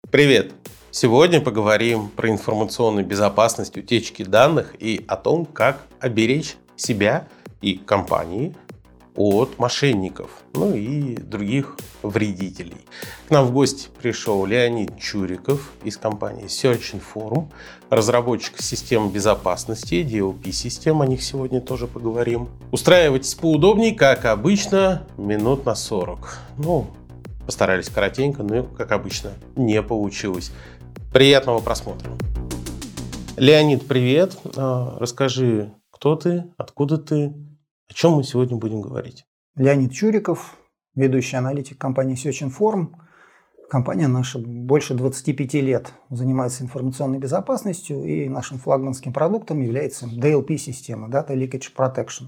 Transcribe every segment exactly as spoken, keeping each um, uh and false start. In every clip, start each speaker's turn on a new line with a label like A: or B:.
A: Привет! Сегодня поговорим про информационную безопасность утечки данных и о том, как оберечь себя и компании от мошенников, ну и других вредителей. К нам в гости пришел Леонид Чуриков из компании SearchInform, разработчик систем безопасности, ди эл пи-систем, о них сегодня тоже поговорим. Устраивайтесь поудобнее, как обычно, минут на сорок. Ну, постарались коротенько, но, как обычно, не получилось. Приятного просмотра. Леонид, привет. Расскажи, кто ты, откуда ты, о чем мы сегодня будем говорить?
B: Леонид Чуриков, ведущий аналитик компании SearchInform. Компания наша больше двадцати пяти лет занимается информационной безопасностью, и нашим флагманским продуктом является ди эл пи-система, Data Leakage Protection.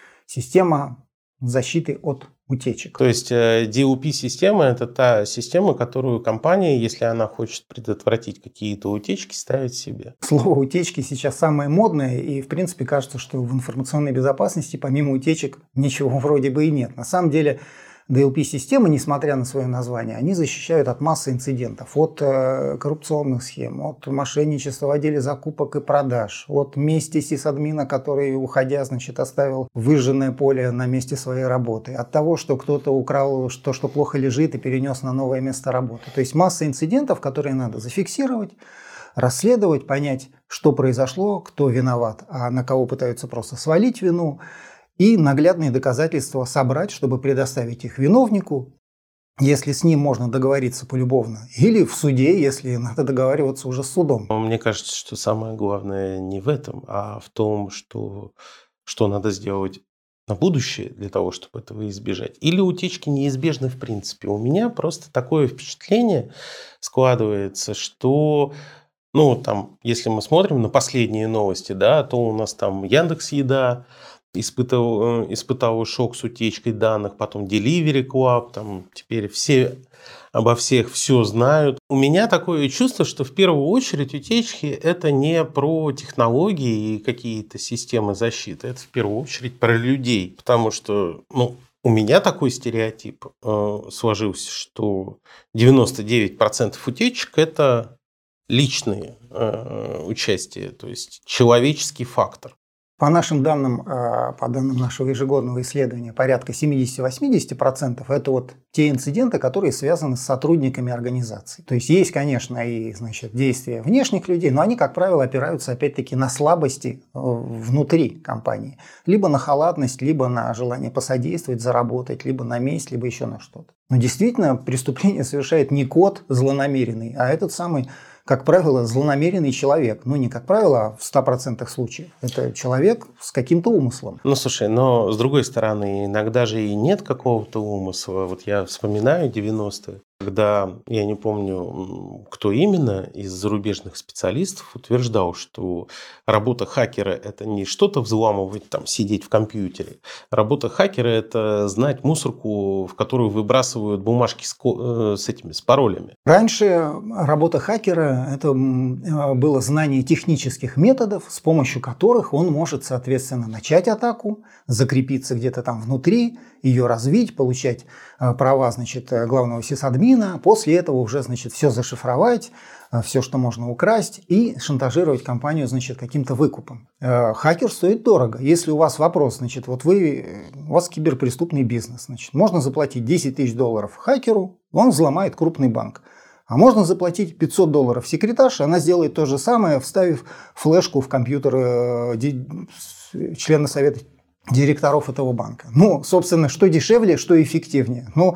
B: Система защиты от утечек.
A: То есть ди эл пи-система – это та система, которую компания, если она хочет предотвратить какие-то утечки, ставит себе.
B: Слово «утечки» сейчас самое модное, и в принципе кажется, что в информационной безопасности помимо утечек ничего вроде бы и нет. На самом деле ди эл пи-системы, несмотря на свое название, они защищают от массы инцидентов, от э, коррупционных схем, от мошенничества в отделе закупок и продаж, от мести сисадмина, который, уходя, значит, оставил выжженное поле на месте своей работы, от того, что кто-то украл то, что плохо лежит, и перенес на новое место работы. То есть масса инцидентов, которые надо зафиксировать, расследовать, понять, что произошло, кто виноват, а на кого пытаются просто свалить вину, и наглядные доказательства собрать, чтобы предоставить их виновнику, если с ним можно договориться полюбовно, или в суде, если надо договариваться уже с судом.
A: Мне кажется, что самое главное не в этом, а в том, что, что надо сделать на будущее для того, чтобы этого избежать. Или утечки неизбежны в принципе. У меня просто такое впечатление складывается, что... Ну, там, если мы смотрим на последние новости, да, то у нас там Яндекс.Еда испытал, испытал шок с утечкой данных, потом Delivery Club, там теперь все обо всех все знают. У меня такое чувство, что в первую очередь утечки это не про технологии и какие-то системы защиты, это в первую очередь про людей, потому что, ну, у меня такой стереотип э, сложился, что девяносто девять процентов утечек это личные э, участия, то есть человеческий фактор.
B: По нашим данным, по данным нашего ежегодного исследования, порядка семьдесят-восемьдесят процентов это вот те инциденты, которые связаны с сотрудниками организации. То есть есть, конечно, и, значит, действия внешних людей, но они, как правило, опираются опять-таки на слабости внутри компании. Либо на халатность, либо на желание посодействовать, заработать, либо на месть, либо еще на что-то. Но действительно, преступление совершает не кот злонамеренный, а этот самый, как правило, злонамеренный человек. Ну, не как правило, а в ста процентах случаев. Это человек с каким-то умыслом.
A: Ну, слушай, но с другой стороны, иногда же и нет какого-то умысла. Вот я вспоминаю девяностые, когда, я не помню, кто именно из зарубежных специалистов утверждал, что работа хакера – это не что-то взламывать, там, сидеть в компьютере. Работа хакера – это знать мусорку, в которую выбрасывают бумажки с, с этими, с паролями.
B: Раньше работа хакера – это было знание технических методов, с помощью которых он может, соответственно, начать атаку, закрепиться где-то там внутри, ее развить, получать права, значит, главного сисадмина, после этого уже, значит, все зашифровать, все, что можно украсть, и шантажировать компанию, значит, каким-то выкупом. Хакер стоит дорого. Если у вас вопрос, значит, вот вы, у вас киберпреступный бизнес, значит, можно заплатить десять тысяч долларов хакеру, он взломает крупный банк. А можно заплатить пятьсот долларов секретарше, она сделает то же самое, вставив флешку в компьютер члена совета директоров этого банка. Ну, собственно, что дешевле, что эффективнее. Ну,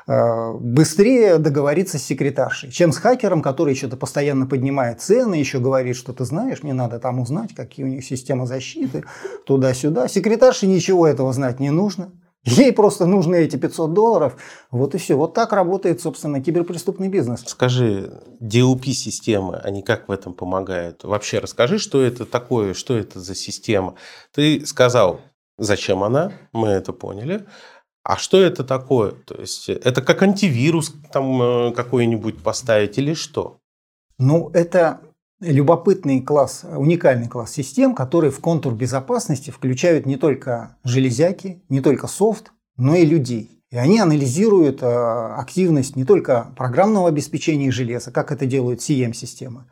B: быстрее договориться с секретаршей, чем с хакером, который что-то постоянно поднимает цены, еще говорит, что ты знаешь, мне надо там узнать, какие у них системы защиты, туда-сюда. Секретарше ничего этого знать не нужно. Ей просто нужны эти пятьсот долларов. Вот и все. Вот так работает, собственно, киберпреступный бизнес.
A: Скажи, ди эл пи-системы, они как в этом помогают? Вообще расскажи, что это такое, что это за система. Ты сказал, зачем она, мы это поняли. А что это такое? То есть это как антивирус там какой-нибудь поставить или что?
B: Ну, это любопытный класс, уникальный класс систем, которые в контур безопасности включают не только железяки, не только софт, но и людей. И они анализируют активность не только программного обеспечения и железа, как это делают си эм-системы,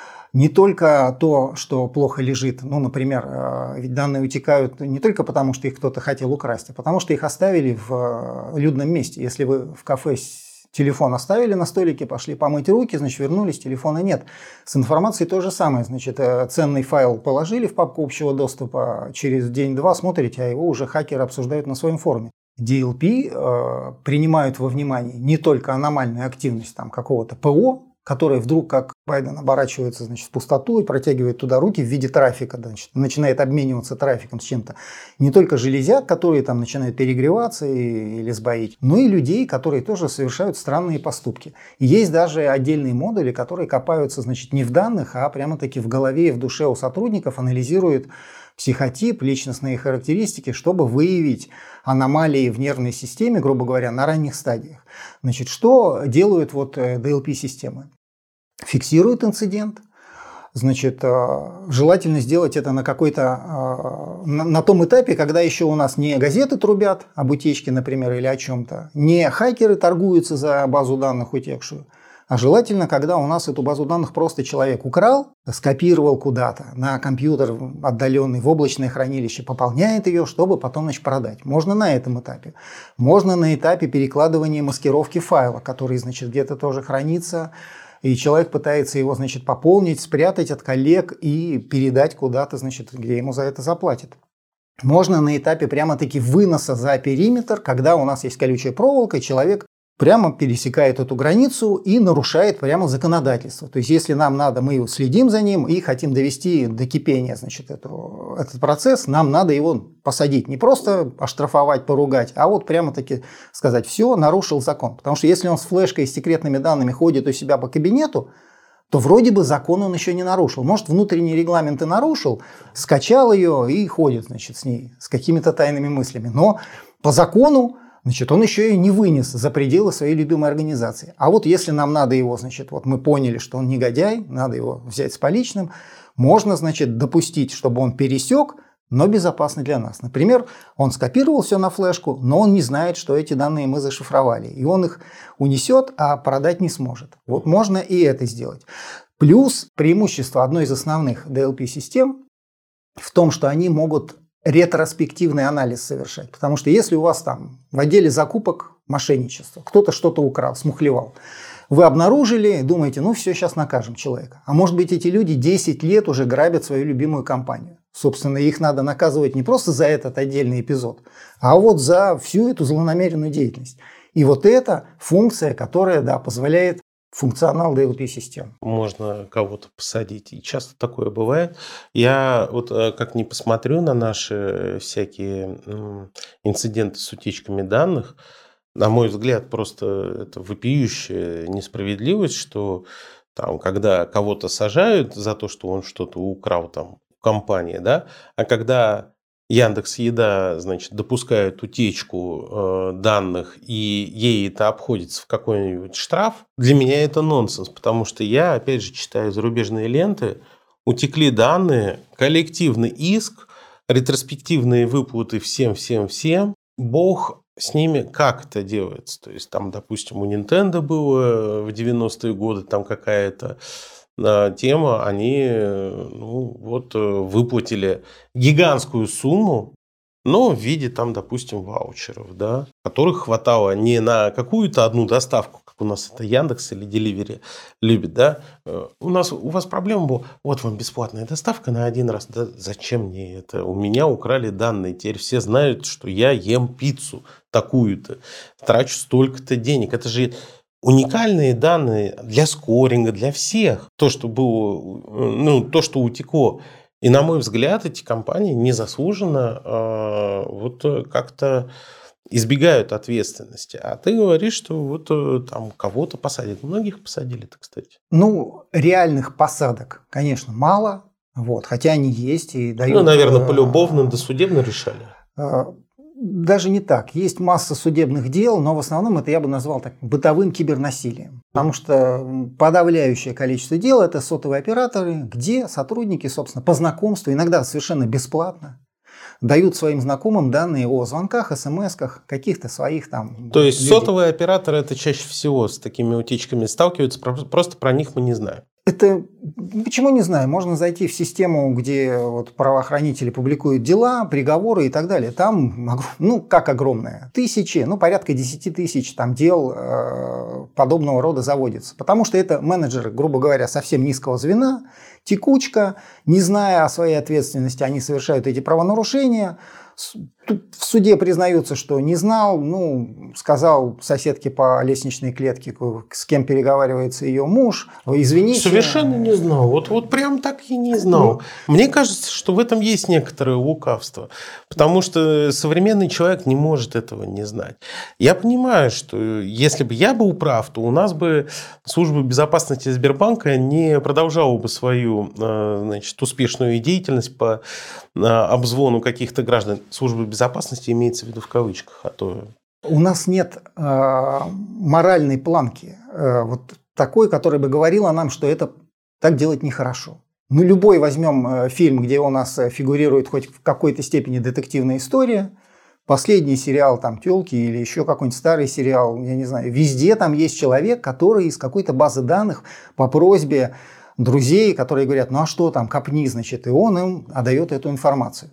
B: не только то, что плохо лежит, ну, например, ведь данные утекают не только потому, что их кто-то хотел украсть, а потому что их оставили в людном месте. Если вы в кафе телефон оставили на столике, пошли помыть руки, значит, вернулись, телефона нет. С информацией то же самое. Значит, ценный файл положили в папку общего доступа, через день-два смотрите, а его уже хакеры обсуждают на своем форуме. ди эл пи э, принимают во внимание не только аномальную активность там, какого-то ПО, который вдруг, как Байден, оборачивается, значит, в пустоту и протягивает туда руки в виде трафика, значит, начинает обмениваться трафиком с чем-то. Не только железяк, которые там начинают перегреваться и, или сбоить, но и людей, которые тоже совершают странные поступки. И есть даже отдельные модули, которые копаются, значит, не в данных, а прямо-таки в голове и в душе у сотрудников, анализируют психотип, личностные характеристики, чтобы выявить аномалии в нервной системе, грубо говоря, на ранних стадиях. Значит, что делают вот ди эл пи-системы? Фиксируют инцидент. Значит, желательно сделать это на какой-то, на, на том этапе, когда еще у нас не газеты трубят об утечке, например, или о чем-то, не хакеры торгуются за базу данных утекшую, а желательно, когда у нас эту базу данных просто человек украл, скопировал куда-то на компьютер отдаленный, в облачное хранилище, пополняет ее, чтобы потом, значит, продать. Можно на этом этапе. Можно на этапе перекладывания маскировки файла, который, значит, где-то тоже хранится, и человек пытается его, значит, пополнить, спрятать от коллег и передать куда-то, значит, где ему за это заплатят. Можно на этапе прямо-таки выноса за периметр, когда у нас есть колючая проволока, и человек прямо пересекает эту границу и нарушает прямо законодательство. То есть, если нам надо, мы следим за ним и хотим довести до кипения, значит, эту, этот процесс, нам надо его посадить. Не просто оштрафовать, поругать, а вот прямо-таки сказать, все, нарушил закон. Потому что если он с флешкой и с секретными данными ходит у себя по кабинету, то вроде бы закон он еще не нарушил. Может, внутренние регламенты нарушил, скачал ее и ходит, значит, с ней, с какими-то тайными мыслями. Но по закону, значит, он еще и не вынес за пределы своей любимой организации. А вот если нам надо его, значит, вот мы поняли, что он негодяй, надо его взять с поличным, можно, значит, допустить, чтобы он пересек, но безопасно для нас. Например, он скопировал все на флешку, но он не знает, что эти данные мы зашифровали. И он их унесет, а продать не сможет. Вот можно и это сделать. Плюс преимущество одной из основных ди эл пи-систем в том, что они могут ретроспективный анализ совершать. Потому что если у вас там в отделе закупок мошенничество, кто-то что-то украл, смухлевал, вы обнаружили, думаете, ну все, сейчас накажем человека. А может быть, эти люди десять лет уже грабят свою любимую компанию. Собственно, их надо наказывать не просто за этот отдельный эпизод, а вот за всю эту злонамеренную деятельность. И вот это функция, которая, да, позволяет функционал ди эл пи-систем.
A: Можно кого-то посадить. И часто такое бывает. Я вот как ни посмотрю на наши всякие инциденты с утечками данных, на мой взгляд, просто это вопиющая несправедливость, что там, когда кого-то сажают за то, что он что-то украл там в компании, да, а когда Яндекс.Еда, значит, допускает утечку э, данных, и ей это обходится в какой-нибудь штраф, для меня это нонсенс, потому что я, опять же, читаю зарубежные ленты, утекли данные, коллективный иск, ретроспективные выплаты всем-всем-всем, бог с ними, как это делается. То есть, там, допустим, у Nintendo было в девяностые годы там какая-то тема, они ну, вот, выплатили гигантскую сумму, но в виде, там, допустим, ваучеров, да, которых хватало не на какую-то одну доставку, как у нас это Яндекс или Delivery любит, да. У нас, у вас проблема была, вот вам бесплатная доставка на один раз. Да зачем мне это? У меня украли данные, теперь все знают, что я ем пиццу такую-то, трачу столько-то денег. Это же уникальные данные для скоринга, для всех. То, что было, ну, то, что утекло. И, на мой взгляд, эти компании незаслуженно э, вот как-то избегают ответственности. А ты говоришь, что вот там кого-то посадят. Многих посадили-то, кстати.
B: Ну, реальных посадок, конечно, мало. Вот, хотя они есть и дают...
A: Ну, наверное, полюбовно, досудебно решали.
B: Даже не так. Есть масса судебных дел, но в основном это я бы назвал так бытовым кибернасилием. Потому что подавляющее количество дел – это сотовые операторы, где сотрудники, собственно, по знакомству, иногда совершенно бесплатно, дают своим знакомым данные о звонках, смс-ках, каких-то своих там
A: То есть
B: людей.
A: сотовые операторы это чаще всего с такими утечками сталкиваются, просто про них мы не знаем.
B: Это, почему не знаю, можно зайти в систему, где вот правоохранители публикуют дела, приговоры и так далее. Там, ну, как огромное, тысячи, ну, порядка десяти тысяч там дел э, подобного рода заводится. Потому что это менеджеры, грубо говоря, совсем низкого звена, текучка, не зная о своей ответственности, они совершают эти правонарушения. В суде признаются, что не знал, ну, сказал соседке по лестничной клетке, с кем переговаривается ее муж, извините.
A: Совершенно не знал, вот, вот прям так и не знал. Мне кажется, что в этом есть некоторое лукавство, потому что современный человек не может этого не знать. Я понимаю, что если бы я был прав, то у нас бы служба безопасности Сбербанка не продолжала бы свою, значит, успешную деятельность по обзвону каких-то граждан. Службы безопасности имеется в виду в кавычках, а то...
B: У нас нет э, моральной планки, э, вот такой, которая бы говорила нам, что это так делать нехорошо. Ну, любой возьмем э, фильм, где у нас фигурирует хоть в какой-то степени детективная история, последний сериал там «Тёлки» или еще какой-нибудь старый сериал, я не знаю, везде там есть человек, который из какой-то базы данных по просьбе друзей, которые говорят, ну а что там, копни, значит, и он им отдает эту информацию.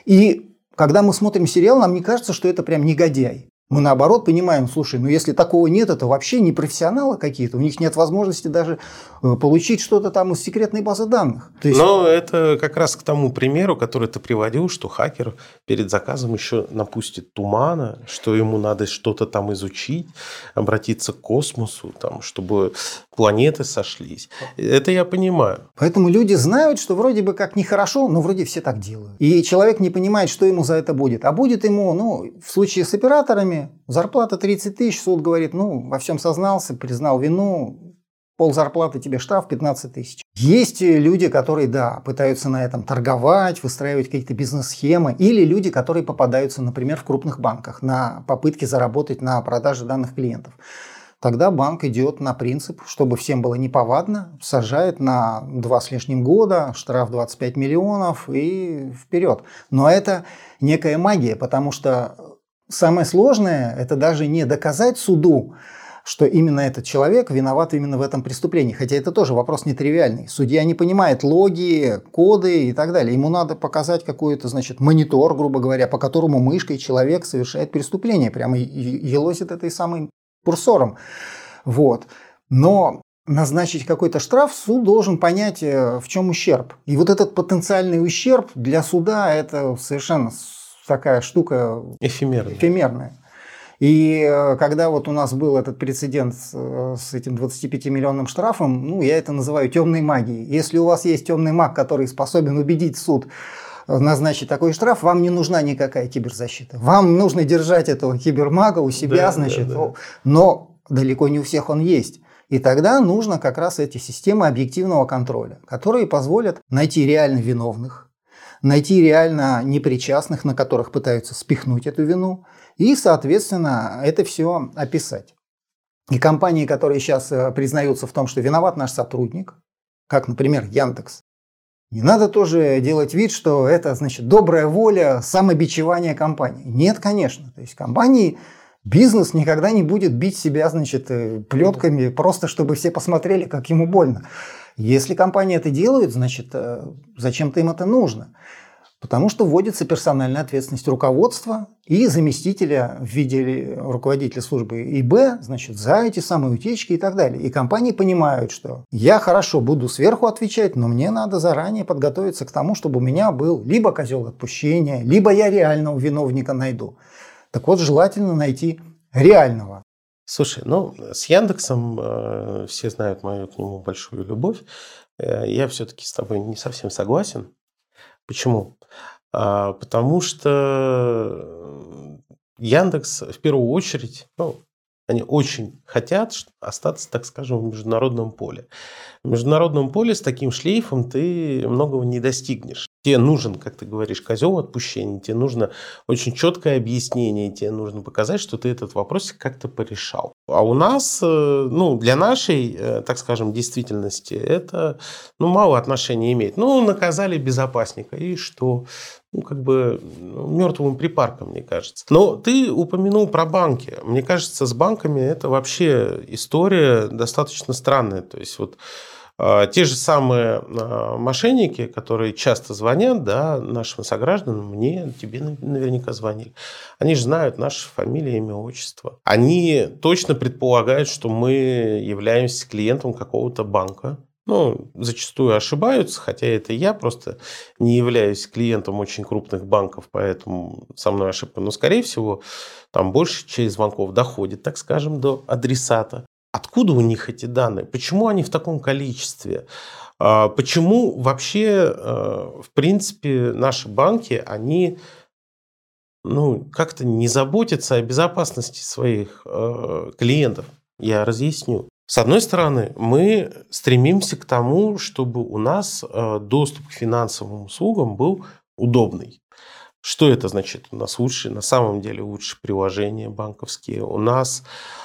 B: И когда мы смотрим сериал, нам не кажется, что это прям негодяй. Мы наоборот понимаем, слушай, ну если такого нет, это вообще не профессионалы какие-то, у них нет возможности даже получить что-то там из секретной базы данных.
A: То есть... Но это как раз к тому примеру, который ты приводил, что хакер перед заказом еще напустит тумана, что ему надо что-то там изучить, обратиться к космосу, там, чтобы планеты сошлись. Это я понимаю.
B: Поэтому люди знают, что вроде бы как нехорошо, но вроде все так делают. И человек не понимает, что ему за это будет. А будет ему, ну, в случае с операторами, зарплата тридцать тысяч, суд говорит, ну, во всем сознался, признал вину, пол зарплаты тебе штраф пятнадцать тысяч. Есть люди, которые, да, пытаются на этом торговать, выстраивать какие-то бизнес-схемы, или люди, которые попадаются, например, в крупных банках на попытке заработать на продаже данных клиентов. Тогда банк идет на принцип, чтобы всем было неповадно, сажает на два с лишним года, штраф двадцать пять миллионов и вперед. Но это некая магия, потому что самое сложное – это даже не доказать суду, что именно этот человек виноват именно в этом преступлении. Хотя это тоже вопрос нетривиальный. Судья не понимает логи, коды и так далее. Ему надо показать какой-то, значит, монитор, грубо говоря, по которому мышкой человек совершает преступление. Прямо елозит этой самой курсором. Вот. Но назначить какой-то штраф, суд должен понять, в чем ущерб. И вот этот потенциальный ущерб для суда – это совершенно такая штука
A: эфемерная.
B: эфемерная. И когда вот у нас был этот прецедент с этим двадцатипятимиллионным штрафом, ну, я это называю темной магией. Если у вас есть темный маг, который способен убедить суд назначить такой штраф, вам не нужна никакая киберзащита. Вам нужно держать этого кибермага у себя, да, значит, да, да. Но далеко не у всех он есть. И тогда нужно как раз эти системы объективного контроля, которые позволят найти реально виновных, найти реально непричастных, на которых пытаются спихнуть эту вину, и, соответственно, это все описать. И компании, которые сейчас признаются в том, что виноват наш сотрудник, как, например, Яндекс, не надо тоже делать вид, что это, значит, добрая воля, самобичевание компании. Нет, конечно. То есть компании, бизнес никогда не будет бить себя, значит, плетками, просто чтобы все посмотрели, как ему больно. Если компания это делает, значит, зачем-то им это нужно. Потому что вводится персональная ответственность руководства и заместителя в виде руководителя службы ИБ, значит, за эти самые утечки и так далее. И компании понимают, что я хорошо буду сверху отвечать, но мне надо заранее подготовиться к тому, чтобы у меня был либо козел отпущения, либо я реального виновника найду. Так вот, желательно найти реального.
A: Слушай, ну, с Яндексом э, все знают мою к нему большую любовь. Э, я все-таки с тобой не совсем согласен. Почему? А, потому что Яндекс в первую очередь, ну, они очень хотят остаться, так скажем, в международном поле. В международном поле с таким шлейфом ты многого не достигнешь. Тебе нужен, как ты говоришь, козел отпущения, тебе нужно очень четкое объяснение, тебе нужно показать, что ты этот вопрос как-то порешал. А у нас, ну, для нашей, так скажем, действительности это, ну, мало отношения имеет. Ну, наказали безопасника, и что? Ну, как бы ну, мертвым припарком, мне кажется. Но ты упомянул про банки. Мне кажется, с банками это вообще история достаточно странная. То есть, вот те же самые мошенники, которые часто звонят, да, нашим согражданам, мне, тебе наверняка звонили. Они же знают наши фамилии, имя, отчество. Они точно предполагают, что мы являемся клиентом какого-то банка. Ну, зачастую ошибаются, хотя это я просто не являюсь клиентом очень крупных банков, поэтому со мной ошибка. Но, скорее всего, там большая часть звонков доходит, так скажем, до адресата. Откуда у них эти данные? Почему они в таком количестве? Почему вообще, в принципе, наши банки, они ну, как-то не заботятся о безопасности своих клиентов? Я разъясню. С одной стороны, мы стремимся к тому, чтобы у нас доступ к финансовым услугам был удобный. Что это значит? У нас лучше, на самом деле, лучше приложения банковские. У нас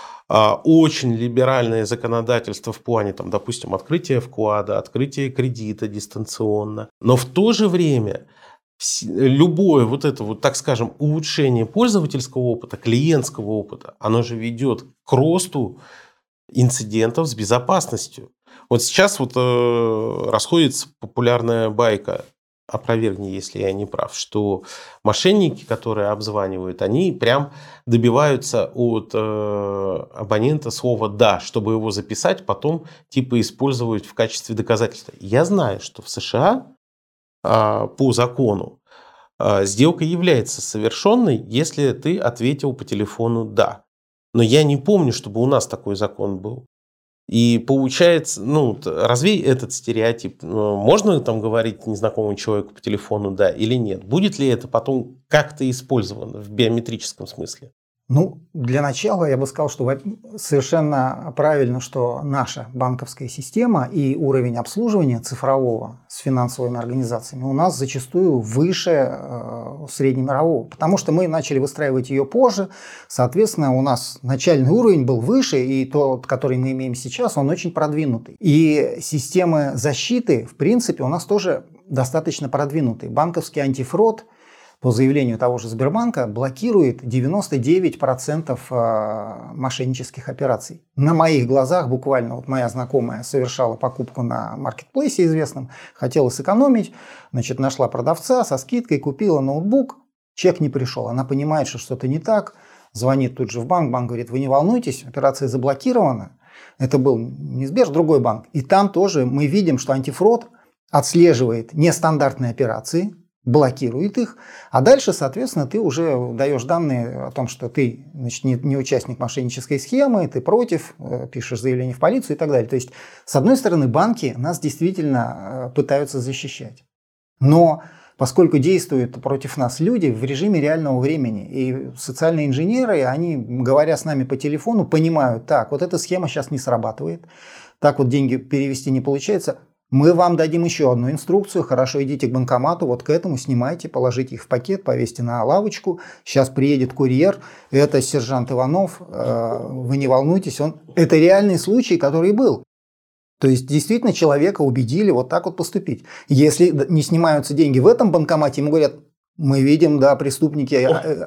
A: очень либеральное законодательство в плане, там, допустим, открытия вклада, открытия кредита дистанционно. Но в то же время любое вот это, вот, так скажем, улучшение пользовательского опыта, клиентского опыта, оно же ведет к росту инцидентов с безопасностью. Вот сейчас вот э, расходится популярная байка, опровергни, если я не прав, что мошенники, которые обзванивают, они прям добиваются от э, абонента слова «да», чтобы его записать, потом типа использовать в качестве доказательства. Я знаю, что в США э, по закону э, сделка является совершенной, если ты ответил по телефону «да». Но я не помню, чтобы у нас такой закон был. И получается, ну, развей этот стереотип. Можно там говорить незнакомому человеку по телефону «да» или нет? Будет ли это потом как-то использовано в биометрическом смысле?
B: Ну, для начала я бы сказал, что совершенно правильно, что наша банковская система и уровень обслуживания цифрового с финансовыми организациями у нас зачастую выше э, среднемирового, потому что мы начали выстраивать ее позже, соответственно, у нас начальный уровень был выше, и тот, который мы имеем сейчас, он очень продвинутый. И системы защиты, в принципе, у нас тоже достаточно продвинутые. Банковский антифрод, по заявлению того же Сбербанка, блокирует девяносто девять процентов мошеннических операций. На моих глазах буквально вот моя знакомая совершала покупку на маркетплейсе известном, хотела сэкономить, значит, нашла продавца со скидкой, купила ноутбук, чек не пришел. Она понимает, что что-то не так, звонит тут же в банк, банк говорит: вы не волнуйтесь, операция заблокирована. Это был не Сбер, другой банк. И там тоже мы видим, что антифрод отслеживает нестандартные операции, блокирует их, а дальше, соответственно, ты уже даешь данные о том, что ты, значит, не, не участник мошеннической схемы, ты против, пишешь заявление в полицию и так далее. То есть, с одной стороны, банки нас действительно пытаются защищать. Но поскольку действуют против нас люди в режиме реального времени, и социальные инженеры, они, говоря с нами по телефону, понимают: так, вот эта схема сейчас не срабатывает, так вот деньги перевести не получается, мы вам дадим еще одну инструкцию: хорошо, идите к банкомату, вот к этому снимайте, положите их в пакет, повесьте на лавочку, сейчас приедет курьер, это сержант Иванов, вы не волнуйтесь, он... Это реальный случай, который был. То есть, действительно, человека убедили вот так вот поступить. Если не снимаются деньги в этом банкомате, ему говорят: мы видим, да, преступники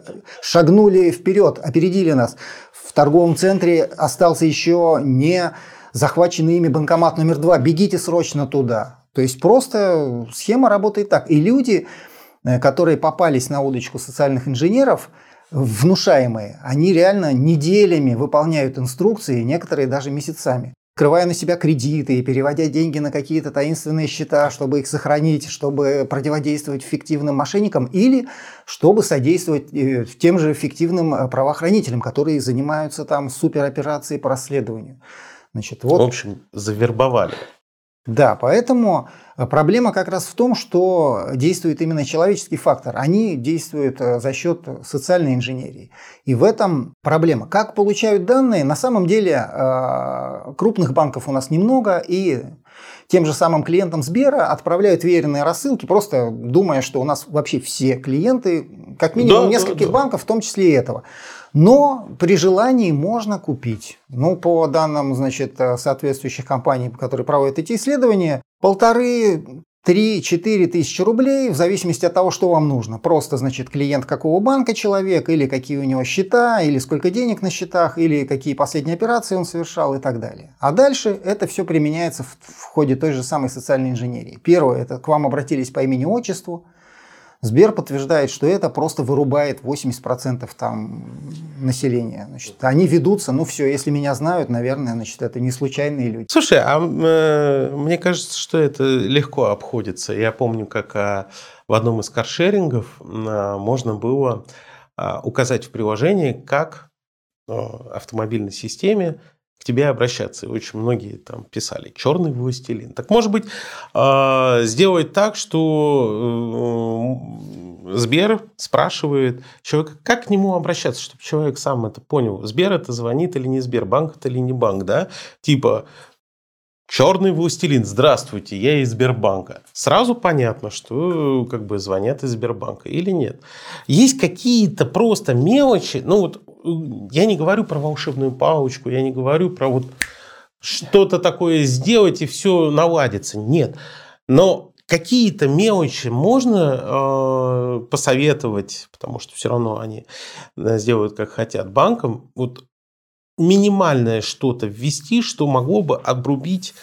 B: шагнули вперед, опередили нас. В торговом центре остался еще не захваченный ими банкомат номер два, бегите срочно туда. То есть, просто схема работает так. И люди, которые попались на удочку социальных инженеров, внушаемые, они реально неделями выполняют инструкции, некоторые даже месяцами, открывая на себя кредиты и переводя деньги на какие-то таинственные счета, чтобы их сохранить, чтобы противодействовать фиктивным мошенникам или чтобы содействовать тем же фиктивным правоохранителям, которые занимаются там супероперацией по расследованию. Значит, вот.
A: В общем, завербовали.
B: Да, поэтому проблема как раз в том, что действует именно человеческий фактор. Они действуют за счет социальной инженерии. И в этом проблема. Как получают данные? На самом деле крупных банков у нас немного, и Тем же самым клиентам Сбера отправляют веерные рассылки, просто думая, что у нас вообще все клиенты, как минимум
A: да,
B: нескольких
A: да, да.
B: банков, в том числе и этого. Но при желании можно купить. Ну, по данным, значит, соответствующих компаний, которые проводят эти исследования, полторы, три, четыре тысячи рублей, в зависимости от того, что вам нужно. Просто, значит, клиент какого банка человек, или какие у него счета, или сколько денег на счетах, или какие последние операции он совершал и так далее. А дальше это все применяется в, в ходе той же самой социальной инженерии. Первое, это к вам обратились по имени-отчеству. Сбер подтверждает, что это просто вырубает восемьдесят процентов там населения. Значит, они ведутся, ну все, если меня знают, наверное, значит, это не случайные люди.
A: Слушай, а э, мне кажется, что это легко обходится. Я помню, как а, в одном из каршерингов а, можно было а, указать в приложении, как а, автомобильной системе к тебе обращаться. И очень многие там писали «черный властелин». Так может быть, сделать так, что Сбер спрашивает человека, как к нему обращаться, чтобы человек сам это понял. Сбер это звонит или не Сбер, банк это или не банк, да? Типа «черный властелин, здравствуйте, я из Сбербанка». Сразу понятно, что как бы звонят из Сбербанка или нет. Есть какие-то просто мелочи, ну вот я не говорю про волшебную палочку, я не говорю про вот что-то такое сделать и все наладится. Нет. Но какие-то мелочи можно э, посоветовать, потому что все равно они сделают как хотят банкам. Вот минимальное что-то ввести, что могло бы обрубить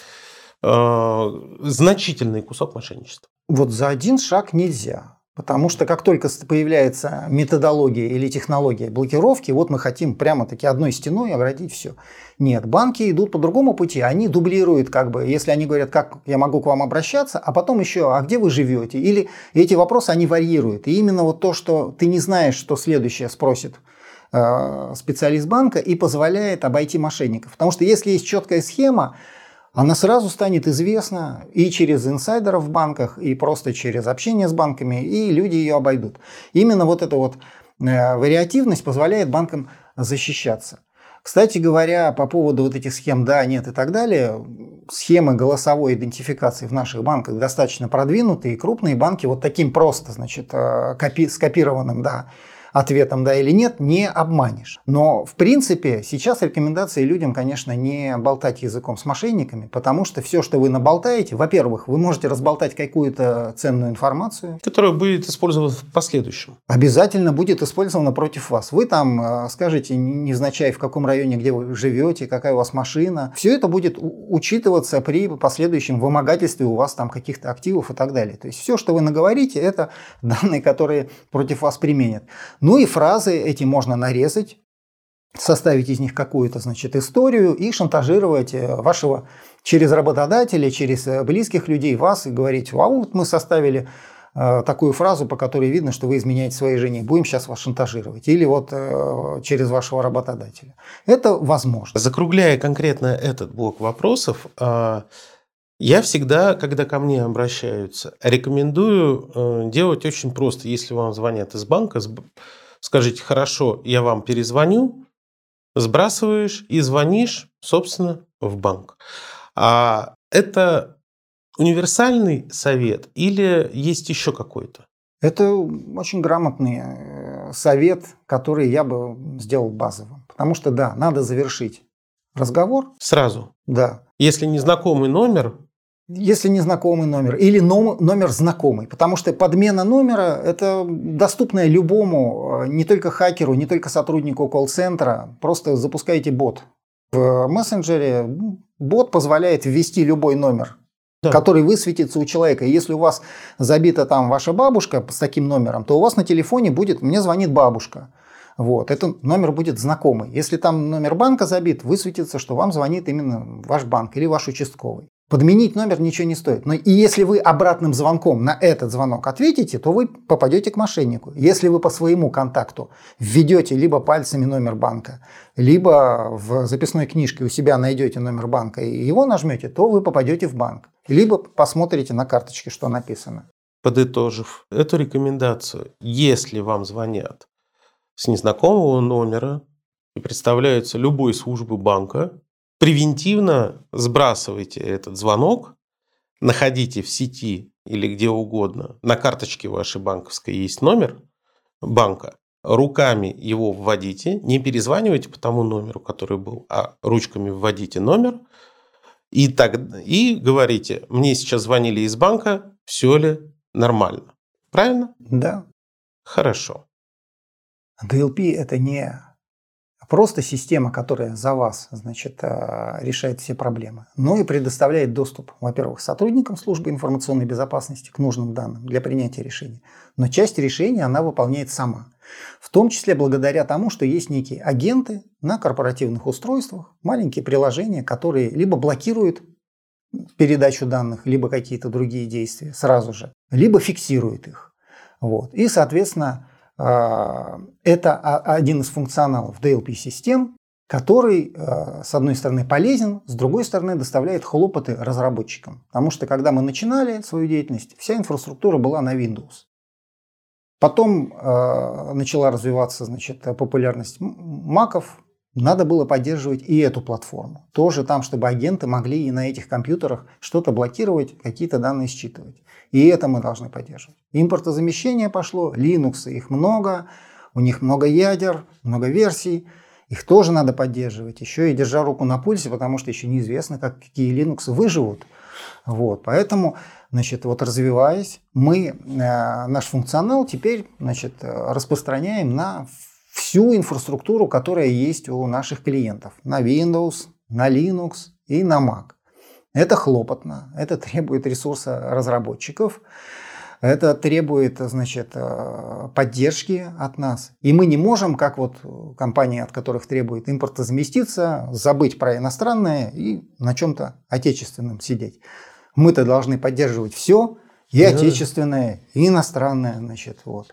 A: э, значительный кусок мошенничества.
B: Вот за один шаг нельзя. Потому что как только появляется методология или технология блокировки, вот мы хотим прямо-таки одной стеной оградить все. Нет, банки идут по другому пути. Они дублируют, как бы, если они говорят, как я могу к вам обращаться, а потом еще, а где вы живете? Или эти вопросы, они варьируют. И именно вот то, что ты не знаешь, что следующее спросит э, специалист банка, и позволяет обойти мошенников. Потому что если есть четкая схема, она сразу станет известна и через инсайдеров в банках, и просто через общение с банками, и люди ее обойдут. Именно вот эта вот вариативность позволяет банкам защищаться. Кстати говоря, по поводу вот этих схем «да», «нет» и так далее, схемы голосовой идентификации в наших банках достаточно продвинутые, и крупные банки вот таким просто, значит, копи- скопированным «да», ответом «да» или «нет» не обманешь. Но, в принципе, сейчас рекомендации людям, конечно, не болтать языком с мошенниками, потому что все, что вы наболтаете, во-первых, вы можете разболтать какую-то ценную информацию,
A: которая будет использована в последующем.
B: Обязательно будет использована против вас. Вы там скажете невзначай, в каком районе, где вы живете, какая у вас машина. Все это будет учитываться при последующем вымогательстве у вас там каких-то активов и так далее. То есть все, что вы наговорите, это данные, которые против вас применят. Ну и фразы эти можно нарезать, составить из них какую-то, значит, историю и шантажировать вашего через работодателя, через близких людей вас и говорить: а вот мы составили э, такую фразу, по которой видно, что вы изменяете своей жене, будем сейчас вас шантажировать. Или вот э, через вашего работодателя. Это возможно.
A: Закругляя конкретно этот блок вопросов, э, я всегда, когда ко мне обращаются, рекомендую э, делать очень просто. Если вам звонят из банка, скажите: хорошо, я вам перезвоню, сбрасываешь и звонишь, собственно, в банк. А это универсальный совет или есть еще какой-то?
B: Это очень грамотный совет, который я бы сделал базовым. Потому что, да, надо завершить разговор.
A: Сразу?
B: Да.
A: Если незнакомый номер...
B: Если незнакомый номер или номер знакомый, потому что подмена номера – это доступная любому, не только хакеру, не только сотруднику колл-центра. Просто запускаете бот. В мессенджере бот позволяет ввести любой номер, да, который высветится у человека. И если у вас забита там ваша бабушка с таким номером, то у вас на телефоне будет «мне звонит бабушка». Вот, этот номер будет знакомый. Если там номер банка забит, высветится, что вам звонит именно ваш банк или ваш участковый. Подменить номер ничего не стоит. Но и если вы обратным звонком на этот звонок ответите, то вы попадете к мошеннику. Если вы по своему контакту введете либо пальцами номер банка, либо в записной книжке у себя найдете номер банка и его нажмете, то вы попадете в банк. Либо посмотрите на карточке, что написано.
A: Подытожив эту рекомендацию, если вам звонят с незнакомого номера и представляются любой службы банка, превентивно сбрасывайте этот звонок находите в сети или где угодно, на карточке вашей банковской есть номер банка, руками его вводите, не перезванивайте по тому номеру, который был, а ручками вводите номер и, так, и говорите, мне сейчас звонили из банка, все ли нормально. Правильно?
B: Да.
A: Хорошо.
B: ди эл пи – это не просто система, которая за вас, значит, решает все проблемы, но и предоставляет доступ, во-первых, сотрудникам службы информационной безопасности к нужным данным для принятия решений. Но часть решения она выполняет сама. В том числе благодаря тому, что есть некие агенты на корпоративных устройствах, маленькие приложения, которые либо блокируют передачу данных, либо какие-то другие действия сразу же, либо фиксируют их. Вот. И, соответственно, это один из функционалов ди эл пи-систем, который, с одной стороны, полезен, с другой стороны, доставляет хлопоты разработчикам. Потому что, когда мы начинали свою деятельность, вся инфраструктура была на Windows. Потом э, начала развиваться, значит, популярность маков. Надо было поддерживать и эту платформу. Тоже там, чтобы агенты могли и на этих компьютерах что-то блокировать, какие-то данные считывать. И это мы должны поддерживать. Импортозамещение пошло, Linux, их много, у них много ядер, много версий. Их тоже надо поддерживать. Еще и держа руку на пульсе, потому что еще неизвестно, как, какие Linux выживут. Вот, поэтому, значит, вот развиваясь, мы э, наш функционал теперь, значит, распространяем на всю инфраструктуру, которая есть у наших клиентов. На Windows, на Linux и на Mac. Это хлопотно, это требует ресурса разработчиков, это требует, значит, поддержки от нас. И мы не можем, как вот компании, от которых требует импортозаместиться, забыть про иностранное и на чем-то отечественном сидеть. Мы-то должны поддерживать все, и отечественное, и иностранное, значит, вот.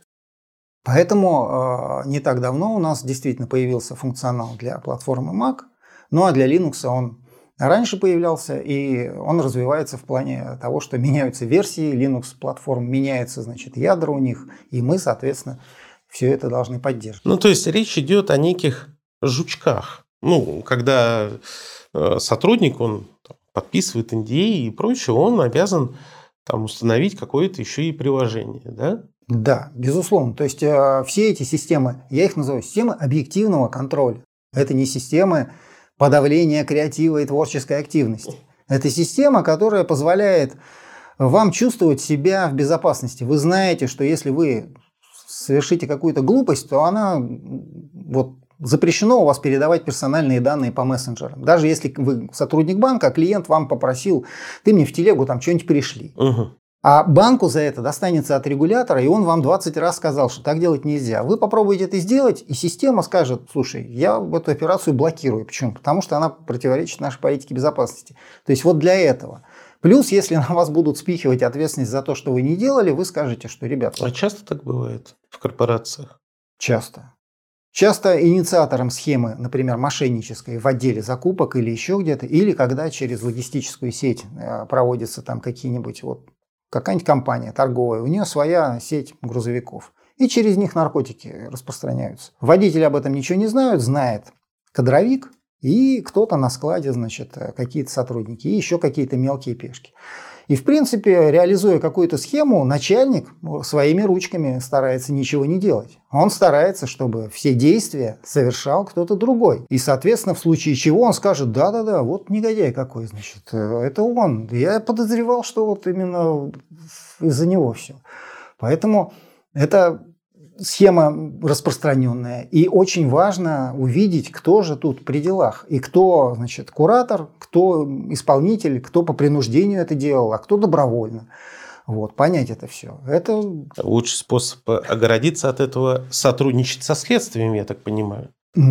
B: Поэтому э, не так давно у нас действительно появился функционал для платформы Mac, ну а для Linux он раньше появлялся, и он развивается в плане того, что меняются версии Linux-платформ, меняются, значит, ядра у них, и мы, соответственно, все это должны поддерживать.
A: Ну, то есть речь идет о неких жучках. Ну, когда сотрудник, он подписывает эн ди эй и прочее, он обязан там установить какое-то еще и приложение, да?
B: Да, безусловно. То есть э, все эти системы, я их называю системы объективного контроля. Это не системы подавления креатива и творческой активности. Это система, которая позволяет вам чувствовать себя в безопасности. Вы знаете, что если вы совершите какую-то глупость, то она вот, запрещено у вас передавать персональные данные по мессенджерам. Даже если вы сотрудник банка, а клиент вам попросил, ты мне в телегу там что-нибудь пришли. Угу. А банку за это достанется от регулятора, и он вам двадцать раз сказал, что так делать нельзя. Вы попробуете это сделать, и система скажет, слушай, я эту операцию блокирую. Почему? Потому что она противоречит нашей политике безопасности. То есть вот для этого. Плюс, если на вас будут спихивать ответственность за то, что вы не делали, вы скажете, что, ребята...
A: А часто так бывает в корпорациях?
B: Часто. Часто инициатором схемы, например, мошеннической в отделе закупок или еще где-то, или когда через логистическую сеть проводятся там какие-нибудь вот какая-нибудь компания торговая, у нее своя сеть грузовиков. И через них наркотики распространяются. Водители об этом ничего не знают, знает кадровик и кто-то на складе, значит, какие-то сотрудники и еще какие-то мелкие пешки. И, в принципе, реализуя какую-то схему, начальник своими ручками старается ничего не делать. Он старается, чтобы все действия совершал кто-то другой. И, соответственно, в случае чего он скажет, да-да-да, вот негодяй какой, значит, это он. Я подозревал, что вот именно из-за него все. Поэтому это схема распространенная. И очень важно увидеть, кто же тут при делах. И кто, значит, куратор, кто исполнитель, кто по принуждению это делал, а кто добровольно. Вот, понять это все. Это...
A: Лучший способ огородиться от этого – сотрудничать со следствием, я так понимаю.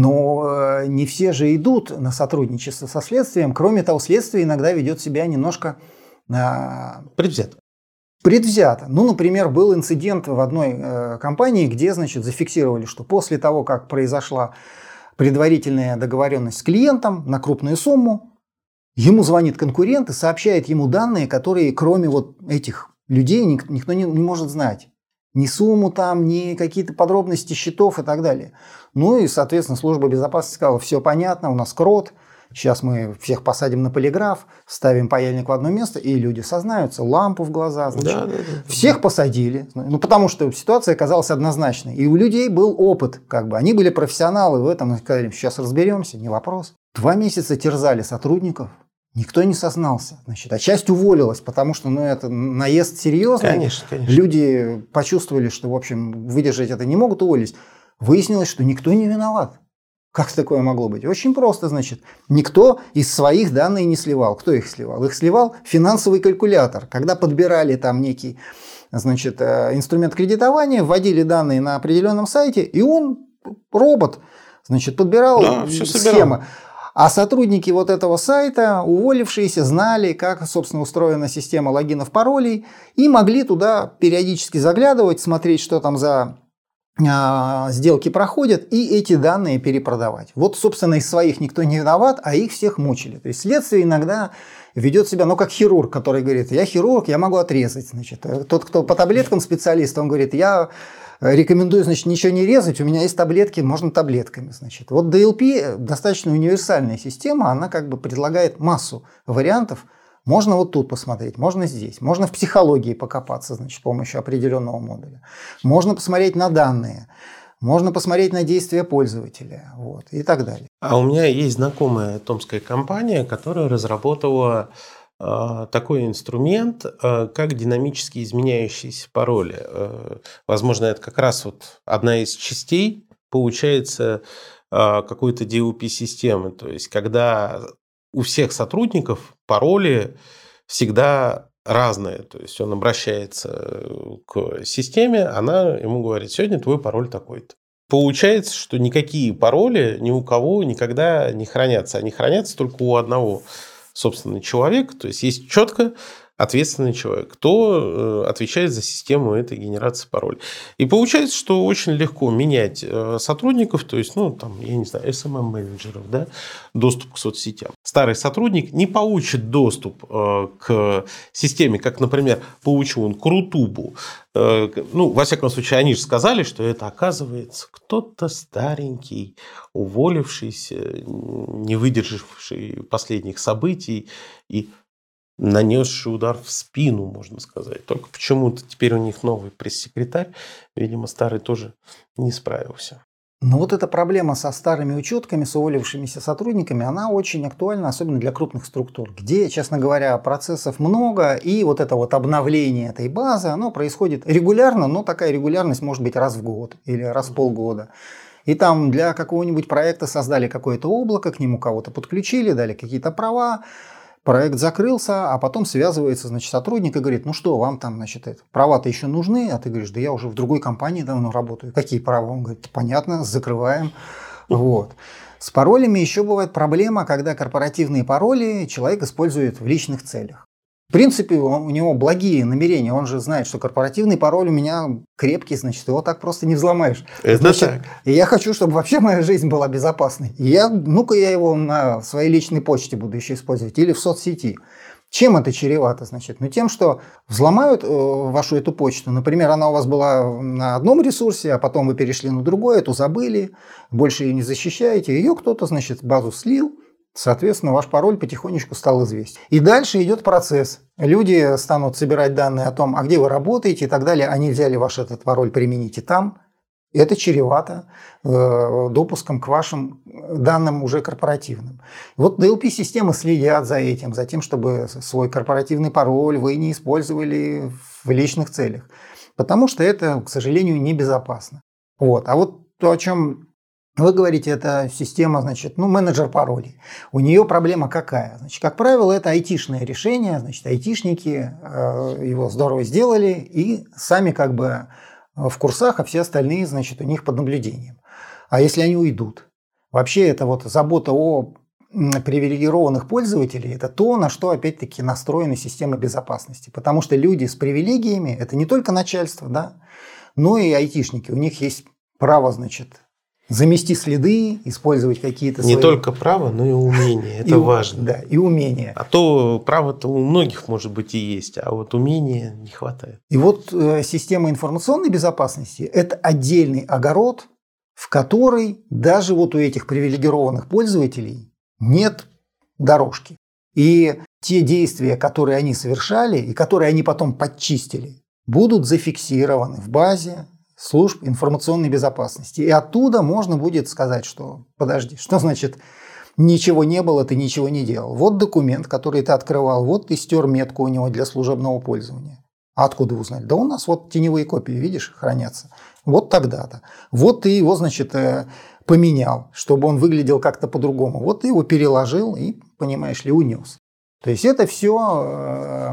B: Но не все же идут на сотрудничество со следствием. Кроме того, следствие иногда ведет себя немножко...
A: Предвзято.
B: Предвзято. Ну, например, был инцидент в одной э, компании, где, значит, зафиксировали, что после того, как произошла предварительная договоренность с клиентом на крупную сумму, ему звонит конкурент и сообщает ему данные, которые кроме вот этих людей ник- никто не, не может знать. Ни сумму там, ни какие-то подробности счетов и так далее. Ну и, соответственно, служба безопасности сказала, все понятно, у нас крот, Сейчас мы всех посадим на полиграф, ставим паяльник в одно место, и люди сознаются, лампу в глаза. Значит, да, да, да, всех да. посадили, ну, потому что ситуация оказалась однозначной. И у людей был опыт, как бы, они были профессионалы в этом, и сказали, сейчас разберемся, не вопрос. Два месяца терзали сотрудников, никто не сознался. Значит, а часть уволилась, потому что ну, это наезд серьезный.
A: Конечно, конечно.
B: Люди почувствовали, что, в общем, выдержать это не могут, уволились. Выяснилось, что никто не виноват. Как такое могло быть? Очень просто, значит. Никто из своих данных не сливал. Кто их сливал? Их сливал финансовый калькулятор. Когда подбирали там некий, значит, инструмент кредитования, вводили данные на определенном сайте, и он, робот, значит, подбирал да, схемы. А сотрудники вот этого сайта, уволившиеся, знали, как, собственно, устроена система логинов, паролей, и могли туда периодически заглядывать, смотреть, что там за э, сделки проходят, и эти данные перепродавать. Вот, собственно, из своих никто не виноват, а их всех мучили. То есть следствие иногда ведет себя, ну, как хирург, который говорит, я хирург, я могу отрезать. Значит, тот, кто по таблеткам специалист, он говорит, я... рекомендую, значит, ничего не резать, у меня есть таблетки, можно таблетками. Значит. Вот ди эл пи достаточно универсальная система, она как бы предлагает массу вариантов. Можно вот тут посмотреть, можно здесь, можно в психологии покопаться, значит, с помощью определенного модуля. Можно посмотреть на данные, можно посмотреть на действия пользователя, вот, и так далее.
A: А у меня есть знакомая томская компания, которая разработала такой инструмент, как динамически изменяющиеся пароли. Возможно, это как раз вот одна из частей, получается, какой-то ди эл пи-системы. То есть, когда у всех сотрудников пароли всегда разные. То есть, он обращается к системе, она ему говорит, сегодня твой пароль такой-то. Получается, что никакие пароли ни у кого никогда не хранятся. Они хранятся только у одного собственный человек, то есть есть четко ответственный человек, кто отвечает за систему этой генерации паролей. И получается, что очень легко менять сотрудников, то есть, ну, там, я не знаю, эс эм эм-менеджеров, да, доступ к соцсетям. Старый сотрудник не получит доступ к системе, как, например, получил он к Рутубу. Ну, во всяком случае, они же сказали, что это, оказывается, кто-то старенький, уволившийся, не выдержавший последних событий и нанесший удар в спину, можно сказать. Только почему-то теперь у них новый пресс-секретарь, видимо, старый тоже не справился.
B: Но вот эта проблема со старыми учетками, с уволившимися сотрудниками, она очень актуальна, особенно для крупных структур, где, честно говоря, процессов много, и вот это вот обновление этой базы, оно происходит регулярно, но такая регулярность может быть раз в год или раз в полгода. И там для какого-нибудь проекта создали какое-то облако, к нему кого-то подключили, дали какие-то права, проект закрылся, а потом связывается, значит, сотрудник и говорит, ну что, вам там, значит, это, права-то еще нужны? А ты говоришь, да я уже в другой компании давно работаю. Какие права? Он говорит, понятно, закрываем. Вот. С паролями еще бывает проблема, когда корпоративные пароли человек использует в личных целях. В принципе, он, у него благие намерения, он же знает, что корпоративный пароль у меня крепкий, значит, его так просто не взломаешь.
A: Это
B: значит,
A: так.
B: И я хочу, чтобы вообще моя жизнь была безопасной. И я, ну-ка я его на своей личной почте буду еще использовать или в соцсети. Чем это чревато, значит? Ну, тем, что взломают э, вашу эту почту. Например, она у вас была на одном ресурсе, а потом вы перешли на другой, эту забыли, больше ее не защищаете. Ее кто-то, значит, базу слил. Соответственно, ваш пароль потихонечку стал известен. И дальше идет процесс. Люди станут собирать данные о том, а где вы работаете и так далее. Они взяли ваш этот пароль, примените там. Это чревато э, допуском к вашим данным уже корпоративным. Вот ди эл пи-системы следят за этим, за тем, чтобы свой корпоративный пароль вы не использовали в личных целях. Потому что это, к сожалению, небезопасно. Вот. А вот то, о чем вы говорите, это система, значит, ну, менеджер паролей. У нее проблема какая? Значит, как правило, это айтишное решение, значит, айтишники э, его здорово сделали и сами как бы в курсах, а все остальные, значит, у них под наблюдением. А если они уйдут? Вообще, это вот забота о привилегированных пользователей, это то, на что, опять-таки, настроена система безопасности. Потому что люди с привилегиями, это не только начальство, да, но и айтишники. У них есть право, значит, замести следы, использовать какие-то
A: Не
B: свои...
A: только право, но и умение. Это
B: и,
A: важно.
B: Да, и умение.
A: А то право-то у многих, может быть, и есть, а вот умения не хватает.
B: И вот э, система информационной безопасности – это отдельный огород, в который даже вот у этих привилегированных пользователей нет дорожки. И те действия, которые они совершали и которые они потом подчистили, будут зафиксированы в базе служб информационной безопасности. И оттуда можно будет сказать, что подожди, что значит ничего не было, ты ничего не делал. Вот документ, который ты открывал, вот ты стер метку у него для служебного пользования. А откуда вы узнали? Да у нас вот теневые копии, видишь, хранятся. Вот тогда-то. Вот ты его, значит, поменял, чтобы он выглядел как-то по-другому. Вот ты его переложил и, понимаешь ли, унес. То есть это все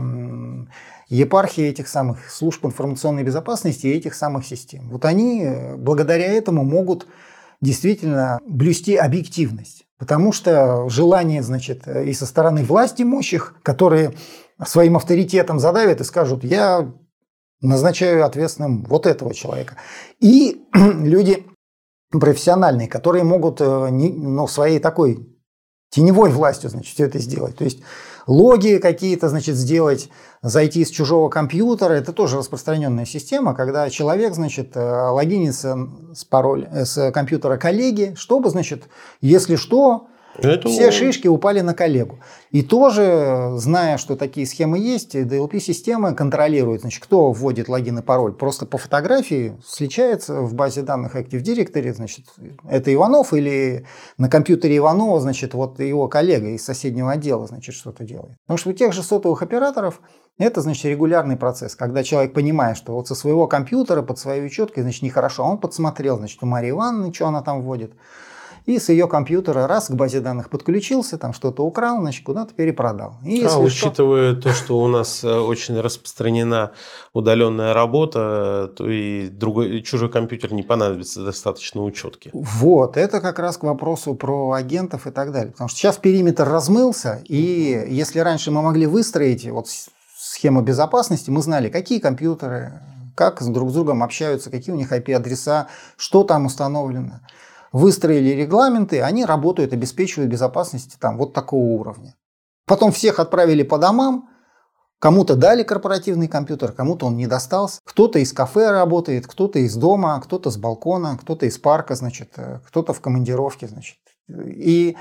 B: епархия этих самых служб информационной безопасности и этих самых систем. Вот они благодаря этому могут действительно блюсти объективность. Потому что желание, значит, и со стороны власти имущих, которые своим авторитетом задавят и скажут, я назначаю ответственным вот этого человека. И люди профессиональные, которые могут ну, своей такой теневой властью, значит, все это сделать. То есть логи какие-то, значит, сделать, зайти с чужого компьютера. Это тоже распространенная система, когда человек, значит, логинится с, пароль, с компьютера коллеги, чтобы, значит, если что, это... все шишки упали на коллегу. И тоже, зная, что такие схемы есть, ди эл пи-система контролирует, значит, кто вводит логин и пароль. Просто по фотографии сличается в базе данных Active Directory, значит, это Иванов, или на компьютере Иванова, значит, вот его коллега из соседнего отдела, значит, что-то делает. Потому что у тех же сотовых операторов это, значит, регулярный процесс, когда человек понимает, что вот со своего компьютера под своей учеткой, значит, нехорошо. Он подсмотрел, значит, у Марии Ивановны, что она там вводит. И с ее компьютера раз к базе данных подключился, там что-то украл, значит, куда-то перепродал. И
A: а, учитывая что... то, что у нас очень распространена удаленная работа, то и другой, чужой компьютер не понадобится достаточно учетки.
B: Вот, это как раз к вопросу про агентов и так далее. Потому что сейчас периметр размылся, и если раньше мы могли выстроить вот схему безопасности, мы знали, какие компьютеры, как друг с другом общаются, какие у них ай пи-адреса, что там установлено. Выстроили регламенты, они работают, обеспечивают безопасность там, вот такого уровня. Потом всех отправили по домам, кому-то дали корпоративный компьютер, кому-то он не достался. Кто-то из кафе работает, кто-то из дома, кто-то с балкона, кто-то из парка, значит, кто-то в командировке. Значит. И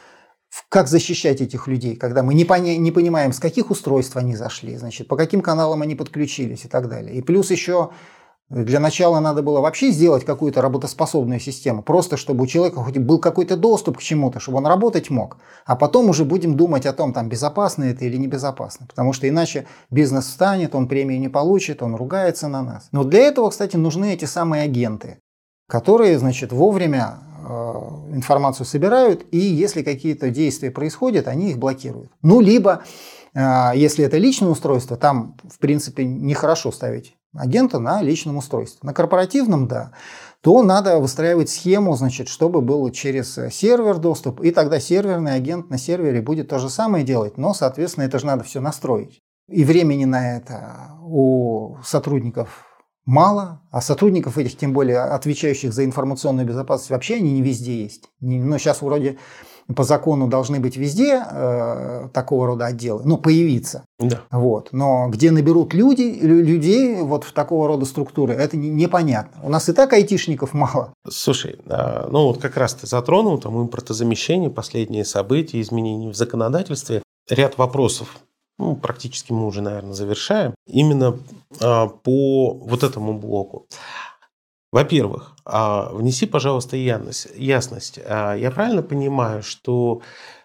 B: как защищать этих людей, когда мы не, пони- не понимаем, с каких устройств они зашли, значит, по каким каналам они подключились и так далее. И плюс еще... Для начала надо было вообще сделать какую-то работоспособную систему, просто чтобы у человека хоть был какой-то доступ к чему-то, чтобы он работать мог. А потом уже будем думать о том, там, безопасно это или небезопасно. Потому что иначе бизнес встанет, он премию не получит, он ругается на нас. Но для этого, кстати, нужны эти самые агенты, которые, значит, вовремя э, информацию собирают, и если какие-то действия происходят, они их блокируют. Ну, либо, э, если это личное устройство, там, в принципе, нехорошо ставить агента на личном устройстве. На корпоративном, да, то надо выстраивать схему, значит, чтобы был через сервер доступ, и тогда серверный агент на сервере будет то же самое делать, но, соответственно, это же надо все настроить. И времени на это у сотрудников мало, а сотрудников этих, тем более отвечающих за информационную безопасность, вообще они не везде есть. Но сейчас вроде по закону должны быть везде э, такого рода отделы, ну, появиться.
A: Да.
B: Вот. Но где наберут люди, людей вот в такого рода структуры, это не, непонятно. У нас и так айтишников мало.
A: Слушай, ну вот как раз ты затронул там импортозамещение, последние события, изменения в законодательстве. Ряд вопросов, ну, практически мы уже, наверное, завершаем. Именно а, по вот этому блоку. Во-первых, внеси, пожалуйста, ясность. ясность. Я правильно понимаю, что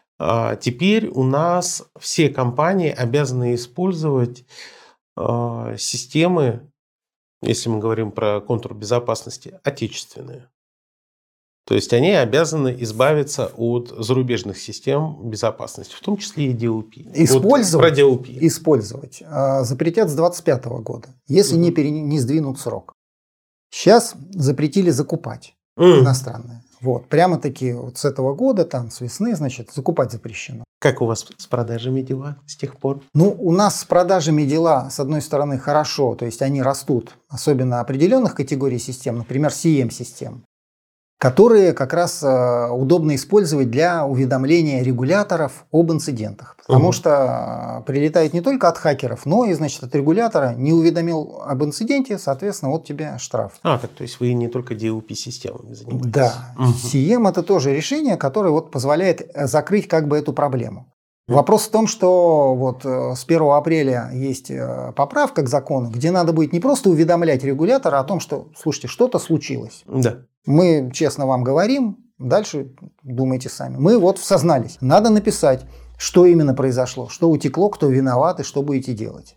A: теперь у нас все компании обязаны использовать системы, если мы говорим про контур безопасности, отечественные? То есть они обязаны избавиться от зарубежных систем безопасности, в том числе и ди эл пи.
B: Использовать,
A: вот про ди эл пи.
B: Использовать запретят с двадцать пятого года, если угу. не, пере, не сдвинут срок. Сейчас запретили закупать mm. иностранное. Вот, прямо-таки вот с этого года, там, с весны, значит, закупать запрещено.
A: Как у вас с продажами дела с тех пор?
B: Ну, у нас с продажами дела, с одной стороны, хорошо, то есть они растут, особенно определенных категорий систем, например, си и эм-систем. которые как раз э, удобно использовать для уведомления регуляторов об инцидентах. Потому угу. что прилетает не только от хакеров, но и, значит, от регулятора. Не уведомил об инциденте, соответственно, вот тебе штраф.
A: А, так то есть вы не только ди эл пи-системами занимаетесь?
B: Да. Угу. си и эм это тоже решение, которое вот позволяет закрыть как бы эту проблему. Вопрос в том, что вот с первого апреля есть поправка к закону, где надо будет не просто уведомлять регулятора о том, что, слушайте, что-то случилось.
A: Да.
B: Мы честно вам говорим, дальше думайте сами. Мы вот сознались. Надо написать, что именно произошло, что утекло, кто виноват и что будете делать.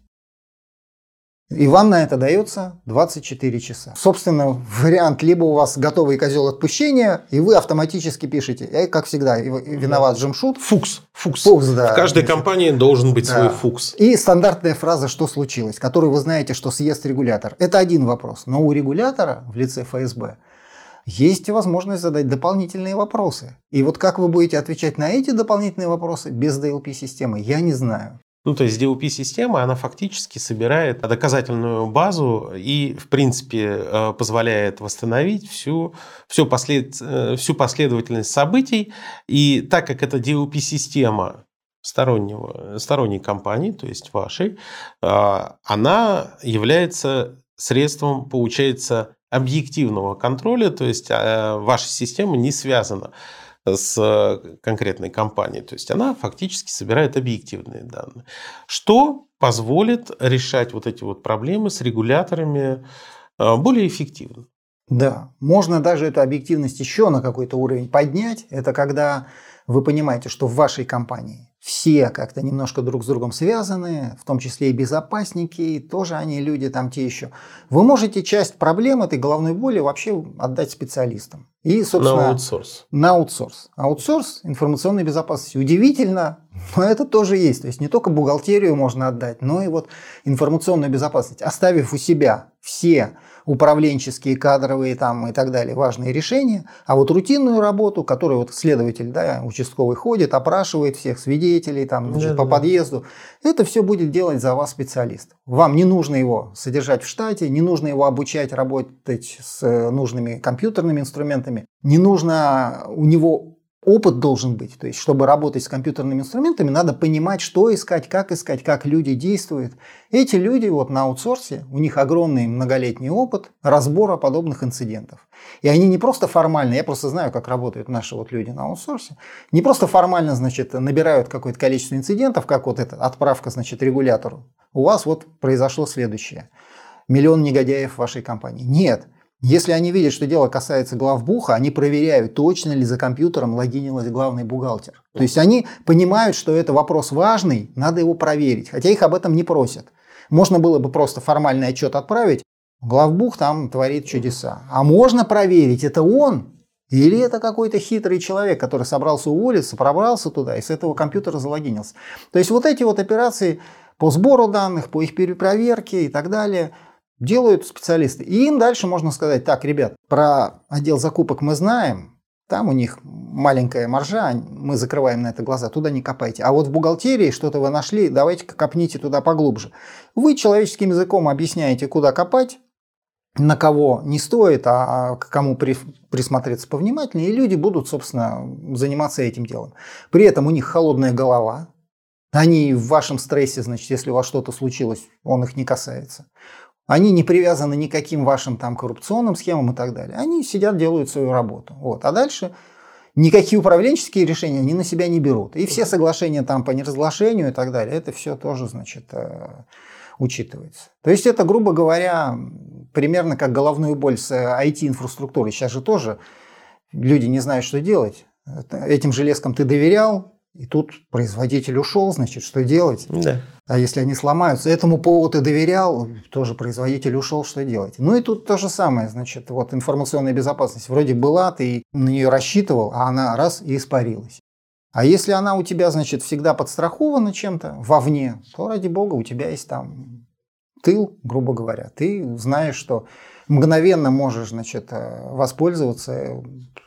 B: И вам на это дается двадцать четыре часа. Собственно, вариант, либо у вас готовый козел отпущения, и вы автоматически пишете, я, как всегда, виноват Джемшут.
A: Фукс. Фукс.
B: Фукс, да.
A: В каждой
B: значит,
A: компании должен быть
B: да.
A: свой фукс.
B: И стандартная фраза «что случилось», которую вы знаете, что съест регулятор. Это один вопрос. Но у регулятора в лице эф эс бэ есть возможность задать дополнительные вопросы. И вот как вы будете отвечать на эти дополнительные вопросы без ди эл пи-системы, я не знаю.
A: Ну, то есть ди эл пи-система, она фактически собирает доказательную базу и, в принципе, позволяет восстановить всю, всю, послед, всю последовательность событий. И так как это ди эл пи-система стороннего, сторонней компании, то есть вашей, она является средством, получается, объективного контроля, то есть ваша система не связана с конкретной компанией. То есть она фактически собирает объективные данные, что позволит решать вот эти вот проблемы с регуляторами более эффективно.
B: Да, можно даже эту объективность еще на какой-то уровень поднять. Это когда вы понимаете, что в вашей компании все как-то немножко друг с другом связаны, в том числе и безопасники, и тоже они люди там те еще. Вы можете часть проблем этой головной боли вообще отдать специалистам. И, собственно,
A: на аутсорс.
B: На аутсорс. Аутсорс информационной безопасности. Удивительно, но это тоже есть. То есть не только бухгалтерию можно отдать, но и вот информационную безопасность. Оставив у себя все управленческие, кадровые там, и так далее важные решения, а вот рутинную работу, которую вот следователь, да, участковый ходит, опрашивает всех свидетелей там, значит, да, по да. подъезду, это все будет делать за вас специалист. Вам не нужно его содержать в штате, не нужно его обучать работать с нужными компьютерными инструментами, не нужно у него опыт должен быть. То есть, чтобы работать с компьютерными инструментами, надо понимать, что искать, как искать, как люди действуют. Эти люди вот на аутсорсе, у них огромный многолетний опыт разбора подобных инцидентов. И они не просто формально, я просто знаю, как работают наши вот люди на аутсорсе, не просто формально, значит, набирают какое-то количество инцидентов, как вот эта отправка, значит, регулятору. У вас вот произошло следующее. Миллион негодяев в вашей компании. Нет. Если они видят, что дело касается главбуха, они проверяют, точно ли за компьютером логинилась главный бухгалтер. То есть они понимают, что это вопрос важный, надо его проверить, хотя их об этом не просят. Можно было бы просто формальный отчет отправить, главбух там творит чудеса. А можно проверить, это он или это какой-то хитрый человек, который собрался уволиться, пробрался туда и с этого компьютера залогинился. То есть вот эти вот операции по сбору данных, по их перепроверке и так далее – делают специалисты. И им дальше можно сказать, так, ребят, про отдел закупок мы знаем, там у них маленькая маржа, мы закрываем на это глаза, туда не копайте. А вот в бухгалтерии что-то вы нашли, давайте-ка копните туда поглубже. Вы человеческим языком объясняете, куда копать, на кого не стоит, а к кому при, присмотреться повнимательнее, и люди будут, собственно, заниматься этим делом. При этом у них холодная голова, они в вашем стрессе, значит, если у вас что-то случилось, он их не касается. Они не привязаны никаким вашим там коррупционным схемам и так далее. Они сидят, делают свою работу. Вот. А дальше никакие управленческие решения они на себя не берут. И все соглашения там по неразглашению и так далее, это все тоже, значит, учитывается. То есть это, грубо говоря, примерно как головную боль с ай ти-инфраструктурой. Сейчас же тоже люди не знают, что делать. Этим железкам ты доверял, и тут производитель ушел, значит, что делать?
A: Да.
B: А если они сломаются, этому поводу ты доверял, тоже производитель ушел, что делать? Ну и тут то же самое, значит, вот информационная безопасность вроде была, ты на нее рассчитывал, а она раз и испарилась. А если она у тебя, значит, всегда подстрахована чем-то вовне, то, ради бога, у тебя есть там тыл, грубо говоря. Ты знаешь, что мгновенно можешь, значит, воспользоваться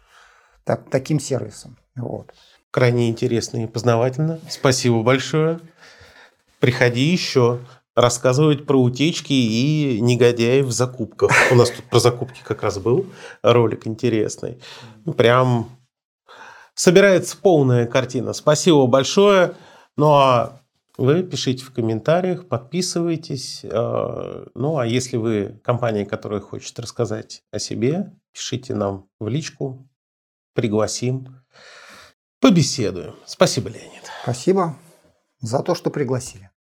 B: так, таким сервисом. Вот.
A: Крайне интересно и познавательно. Спасибо большое. Приходи еще. рассказывать про утечки и негодяев в закупках. У нас тут про закупки как раз был ролик интересный. Прям собирается полная картина. Спасибо большое. Ну а вы пишите в комментариях, подписывайтесь. Ну а если вы компания, которая хочет рассказать о себе, пишите нам в личку, пригласим, побеседуем. Спасибо, Леонид.
B: Спасибо за то, что пригласили.